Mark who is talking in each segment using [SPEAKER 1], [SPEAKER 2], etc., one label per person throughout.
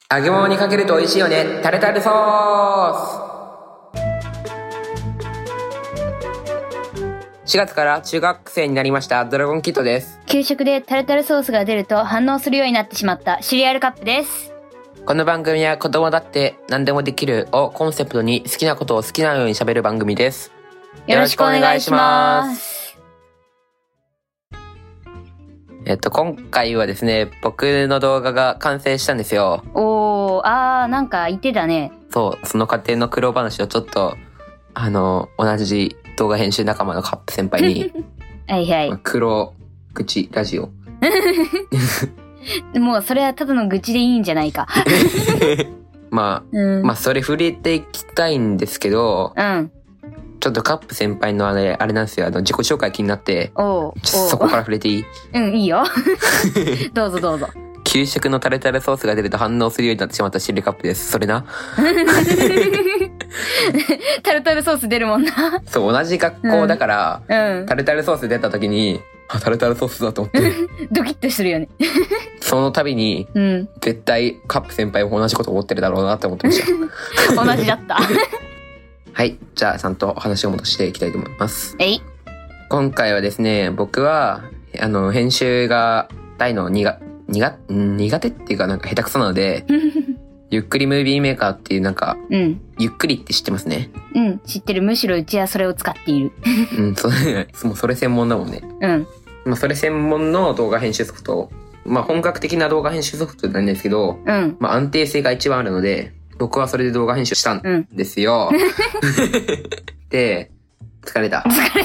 [SPEAKER 1] 揚げ物にかけると美味しいよね。タルタルソース。4月から中学生になりましたドラゴンキッドです。
[SPEAKER 2] 給食でタルタルソースが出ると反応するようになってしまったシリアルカップです。
[SPEAKER 1] この番組は子供だって何でもできるをコンセプトに好きなことを好きなように喋る番組です。
[SPEAKER 2] よろしくお願いします。
[SPEAKER 1] 今回はですね、僕の動画が完成したんですよ。
[SPEAKER 2] なんか言ってたね。
[SPEAKER 1] そう、その過程の苦労話をちょっと、同じ動画編集仲間のカップ先輩に、
[SPEAKER 2] はいはい。
[SPEAKER 1] 黒口ラジオ。
[SPEAKER 2] もうそれはただの愚痴でいいんじゃないか。
[SPEAKER 1] まあそれ触れていきたいんですけど、ちょっとカップ先輩のあれなんですよ。自己紹介気になって、そこから触れていい？
[SPEAKER 2] いいよ。どうぞどうぞ。
[SPEAKER 1] 給食のタルタルソースが出ると反応するようになってしまったシリカップです。それな。
[SPEAKER 2] タルタルソース出るもんな。
[SPEAKER 1] そう、同じ学校だから、タルタルソース出た時に、タルタルソースだと思って。
[SPEAKER 2] ドキッとするよね。
[SPEAKER 1] その度に、絶対カップ先輩も同じこと思ってるだろうなって思ってました。
[SPEAKER 2] 同じだった。
[SPEAKER 1] はい。じゃあ、ちゃんと話を戻していきたいと思います。今回はですね、僕は、編集が大の苦手っていうかなんか下手くそなので、ゆっくりムービーメーカーっていうなんか、ゆっくりって知ってますね。
[SPEAKER 2] 知ってる。むしろうちはそれを使っている。
[SPEAKER 1] もうそれ専門だもんね。それ専門の動画編集ソフト。本格的な動画編集ソフトなんですけど、安定性が一番あるので、僕はそれで動画編集したんですよ。で、疲れた。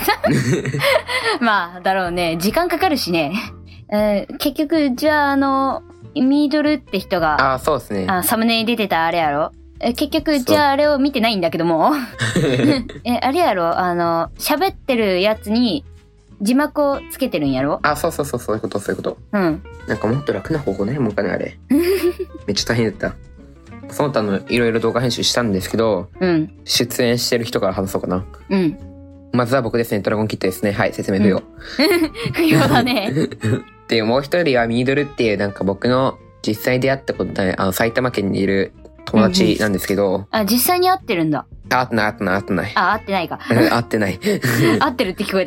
[SPEAKER 2] まあ、だろうね。時間かかるしね。結局、じゃあミードルって人が、
[SPEAKER 1] そうですね。
[SPEAKER 2] サムネに出てたあれやろ。結局、じゃああれを見てないんだけども。あれやろ、喋ってるやつに字幕をつけてるんやろ。
[SPEAKER 1] そういうこと。なんかもっと楽な方法ね、もうかね、あれ。めっちゃ大変だった。その他のいろいろ動画編集したんですけど、出演してる人から話そうかな。まずは僕ですね、ドラゴンキッドですね。はい、説明不要。
[SPEAKER 2] 不要だね。
[SPEAKER 1] で、もう一人はミードルっていうなんか僕の実際出会ったことない、埼玉県にいる友達なんですけど。
[SPEAKER 2] 実際に会ってるんだ。
[SPEAKER 1] 会ってない。
[SPEAKER 2] 会ってないか。
[SPEAKER 1] 会ってない。
[SPEAKER 2] 会ってるって聞こ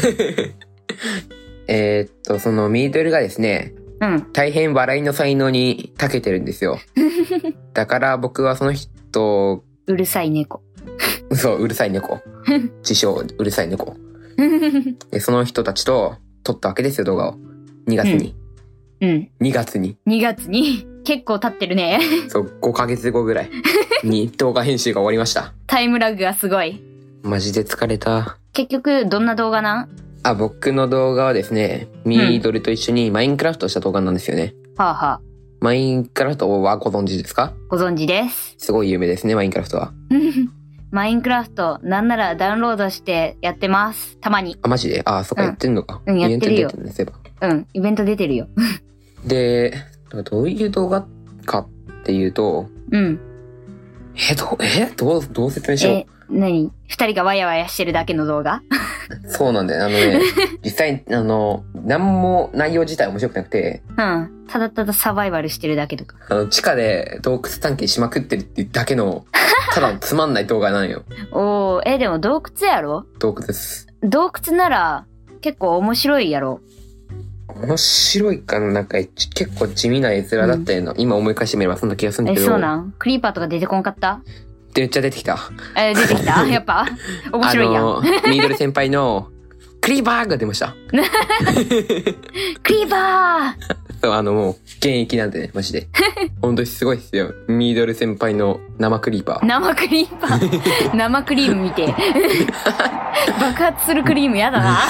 [SPEAKER 1] えた。そのミードルがですね、大変笑いの才能に長けてるんですよ。だから僕はその人、
[SPEAKER 2] うるさい猫。
[SPEAKER 1] そう、うるさい猫。自称、うるさい猫。で、その人たちと撮ったわけですよ、動画を。2月に。2月に。
[SPEAKER 2] 結構経ってるね。
[SPEAKER 1] そう、5ヶ月後ぐらいに動画編集が終わりました。
[SPEAKER 2] タイムラグがすごい。
[SPEAKER 1] マジで疲れた。
[SPEAKER 2] 結局、どんな動画なん？
[SPEAKER 1] 僕の動画はですね、ミードルと一緒にマインクラフトした動画なんですよね。マインクラフトはご存知ですか？
[SPEAKER 2] ご存知です。
[SPEAKER 1] すごい有名ですね、マインクラフトは。
[SPEAKER 2] マインクラフト、なんならダウンロードしてやってます。たまに。
[SPEAKER 1] マジで？そっか、やってんのか。
[SPEAKER 2] やってるよ。イベント出てるよ。
[SPEAKER 1] で、どういう動画かっていうと、どう説明しよう。
[SPEAKER 2] 何？二人がワヤワヤしてるだけの動画？
[SPEAKER 1] そうなんだよ。実際、なんも内容自体面白くなくて。
[SPEAKER 2] ただただサバイバルしてるだけとか。
[SPEAKER 1] 地下で洞窟探検しまくってるっていうだけの、ただのつまんない動画なんよ。
[SPEAKER 2] でも洞窟やろ？
[SPEAKER 1] 洞窟です。
[SPEAKER 2] 洞窟なら、結構面白いやろ？
[SPEAKER 1] 面白いかな。なんか結構地味な絵面だったよな。今思い返してみればそんな気がするんだけど。
[SPEAKER 2] そうなん？クリーパーとか出てこんかった？
[SPEAKER 1] めっちゃ出てきた。
[SPEAKER 2] 出てきた？やっぱ面白いやん。
[SPEAKER 1] ミードル先輩のクリーパーが出ました。
[SPEAKER 2] クリーパー
[SPEAKER 1] そう、もう現役なんでね、マジで。本当にすごいっすよ。ミードル先輩の生クリーパー。
[SPEAKER 2] 生クリーム見て。爆発するクリームやだな。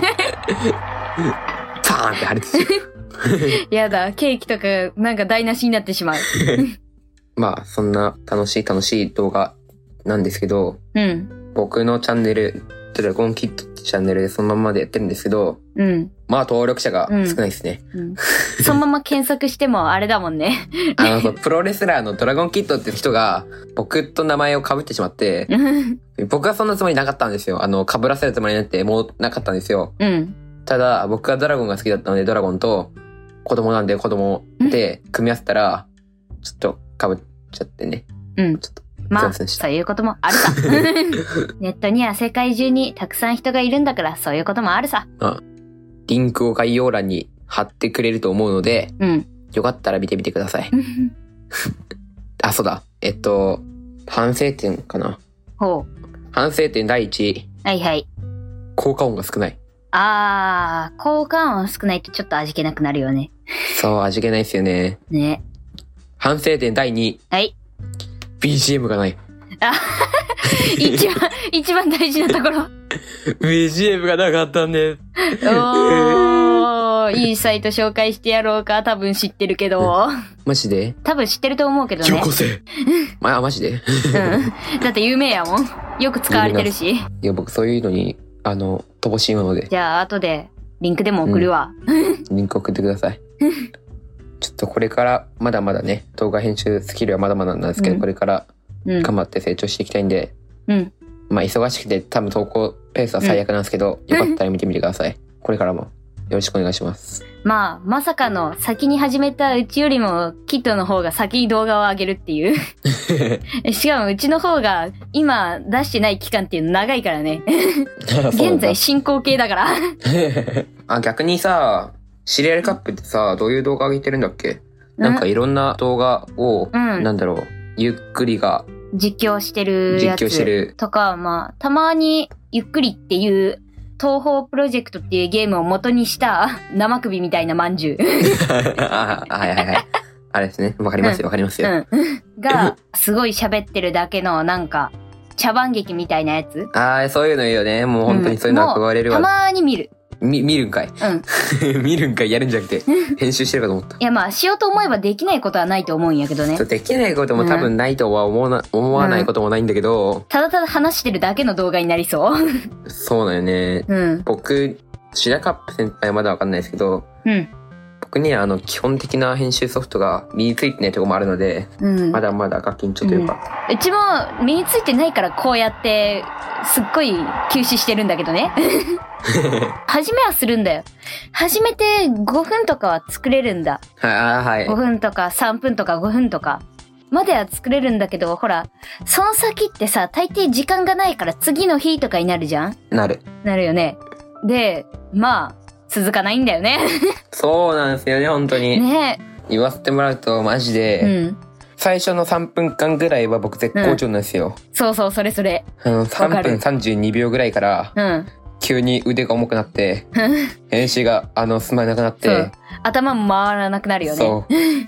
[SPEAKER 1] パーンって破裂する。
[SPEAKER 2] やだ、ケーキとかなんか台無しになってしまう。
[SPEAKER 1] そんな楽しい動画なんですけど、僕のチャンネル、ドラゴンキッドってチャンネルでそのままでやってるんですけど、登録者が少ないですね。
[SPEAKER 2] そのまま検索してもあれだもんね。
[SPEAKER 1] プロレスラーのドラゴンキッドって人が僕と名前を被ってしまって、僕はそんなつもりなかったんですよ。被らせるつもりなんてもうなかったんですよ。ただ、僕はドラゴンが好きだったので、ドラゴンと子供なんで子供で組み合わせたら、ちょっとかぶっちゃってね。
[SPEAKER 2] うん。
[SPEAKER 1] ちょっと
[SPEAKER 2] まあ、そういうこともあるさ。ネットには世界中にたくさん人がいるんだから、そういうこともあるさ。
[SPEAKER 1] リンクを概要欄に貼ってくれると思うので、
[SPEAKER 2] うん。
[SPEAKER 1] よかったら見てみてください。あ、そうだ。反省点かな。
[SPEAKER 2] ほう。
[SPEAKER 1] 反省点第一。
[SPEAKER 2] はいはい。
[SPEAKER 1] 効果音が少ない。
[SPEAKER 2] 効果音少ないとちょっと味気なくなるよね。
[SPEAKER 1] そう、味気ないですよね。
[SPEAKER 2] ね。
[SPEAKER 1] 反省点第2。
[SPEAKER 2] はい。
[SPEAKER 1] BGM がない。
[SPEAKER 2] 一番大事なところ。
[SPEAKER 1] BGM がなかったんです。
[SPEAKER 2] いいサイト紹介してやろうか。多分知ってるけど。
[SPEAKER 1] マジで？
[SPEAKER 2] 多分知ってると思うけどね。
[SPEAKER 1] よこせ。マジで？
[SPEAKER 2] うん。だって有名やもん。よく使われてるし。い
[SPEAKER 1] や、僕そういうのに、乏しいもので。
[SPEAKER 2] じゃあ、後で、リンクでも送るわ。
[SPEAKER 1] リンク送ってください。ちょっとこれから、まだまだね、動画編集スキルはまだまだなんですけど、これから、頑張って成長していきたいんで、まあ、忙しくて多分投稿ペースは最悪なんですけど、よかったら見てみてください。これからも。よろしくお願いします。
[SPEAKER 2] まあ、まさかの先に始めたうちよりもキットの方が先に動画を上げるっていう。しかもうちの方が今出してない期間っていうの長いからね。現在進行形だから。
[SPEAKER 1] 逆にさ、シリアルカップってさ、どういう動画上げてるんだっけ？なんかいろんな動画を、なんだろう、ゆっくりが
[SPEAKER 2] 実況してるやつとか、まあ、たまにゆっくりっていう東方プロジェクトっていうゲームを元にした生首みたいなまんじゅう。
[SPEAKER 1] はいはいはい。あれですね。わかりますよわかりますよ。
[SPEAKER 2] が、すごい喋ってるだけのなんか、茶番劇みたいなやつ。
[SPEAKER 1] そういうのいいよね。もう本当にそういうの憧れるわ。
[SPEAKER 2] たまに見る。
[SPEAKER 1] 見るんかい。見るんかい、やるんじゃなくて、編集してるかと思った。
[SPEAKER 2] いやまあ、しようと思えばできないことはないと思うんやけどね。
[SPEAKER 1] できないことも多分ないとは思わないこともないんだけど、
[SPEAKER 2] ただただ話してるだけの動画になりそう。
[SPEAKER 1] そうだよね。僕、シダカップ先輩はまだわかんないですけど、僕には基本的な編集ソフトが身についてないところもあるので、まだまだガキンチョというか、
[SPEAKER 2] うちも身についてないからこうやってすっごい休止してるんだけどね。初めはするんだよ。初めて5分とかは作れるんだ。
[SPEAKER 1] はい。
[SPEAKER 2] 5分とか3分とか5分とかまでは作れるんだけど、ほら、その先ってさ、大抵時間がないから次の日とかになるじゃん？なるよね。で、まあ、続かないんだよね。
[SPEAKER 1] そうなんですよね、本当に。
[SPEAKER 2] ね。
[SPEAKER 1] 言わせてもらうとマジで、最初の3分間ぐらいは僕絶好調なんですよ。
[SPEAKER 2] そう、それ。
[SPEAKER 1] 3分32秒ぐらいから、急に腕が重くなって、編集が進まなくなって、
[SPEAKER 2] 頭も回らなくなるよね。
[SPEAKER 1] そう。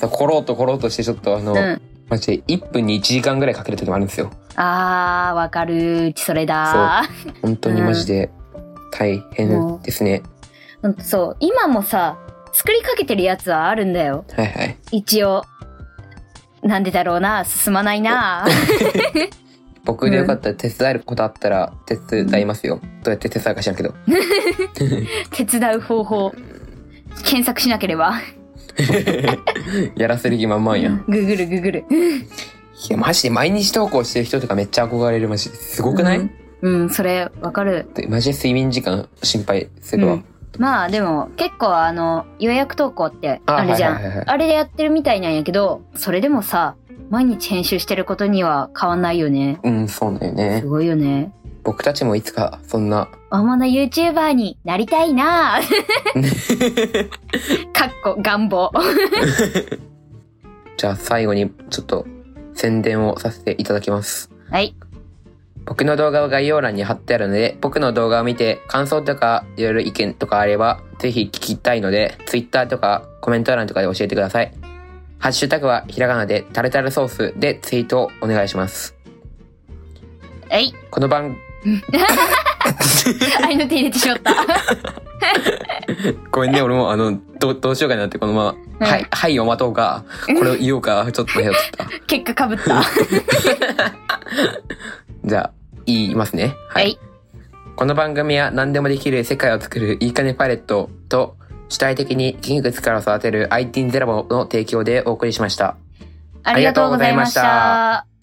[SPEAKER 1] 凝ろうとしてちょっとマジで1分に1時間ぐらいかける時もあるんですよ。
[SPEAKER 2] わかる。それだ。
[SPEAKER 1] そう。本当にマジで大変ですね。
[SPEAKER 2] そう。今もさ、作りかけてるやつはあるんだよ。
[SPEAKER 1] はいはい。
[SPEAKER 2] 一応。なんでだろうな。進まないな。
[SPEAKER 1] 僕でよかったら手伝えることあったら手伝いますよ。どうやって手伝うか知らんけど。
[SPEAKER 2] 手伝う方法。検索しなければ。
[SPEAKER 1] やらせる気満々や。
[SPEAKER 2] ググる。
[SPEAKER 1] いや、マジで毎日投稿してる人とかめっちゃ憧れる。マジですごくない？
[SPEAKER 2] それわかる。
[SPEAKER 1] マジで睡眠時間心配するわ。
[SPEAKER 2] まあでも結構予約投稿ってあるじゃん。あれでやってるみたいなんやけど、それでもさ、毎日編集してることには変わんないよね。
[SPEAKER 1] そうだよね。
[SPEAKER 2] すごいよね。
[SPEAKER 1] 僕たちもいつかそんな
[SPEAKER 2] 大物 YouTuber になりたいな。かっこ願望。
[SPEAKER 1] じゃあ最後にちょっと宣伝をさせていただきます。
[SPEAKER 2] はい。
[SPEAKER 1] 僕の動画は概要欄に貼ってあるので、僕の動画を見て感想とかいろいろ意見とかあればぜひ聞きたいので、Twitter とかコメント欄とかで教えてください。ハッシュタグはひらがなでタルタルソースでツイートをお願いします。この番
[SPEAKER 2] あいの手入れてしまった。
[SPEAKER 1] ごめんね、俺もどうしようかなってこのまま、はいを待とうか、これを言おうか、ちょっと迷っちゃった。
[SPEAKER 2] 結果被った。
[SPEAKER 1] じゃあ、言いますね。はい。この番組は何でもできる世界を作るいいかねパレットと、主体的に技術から育てる IT ゼラボの提供でお送りしました。
[SPEAKER 2] ありがとうございました。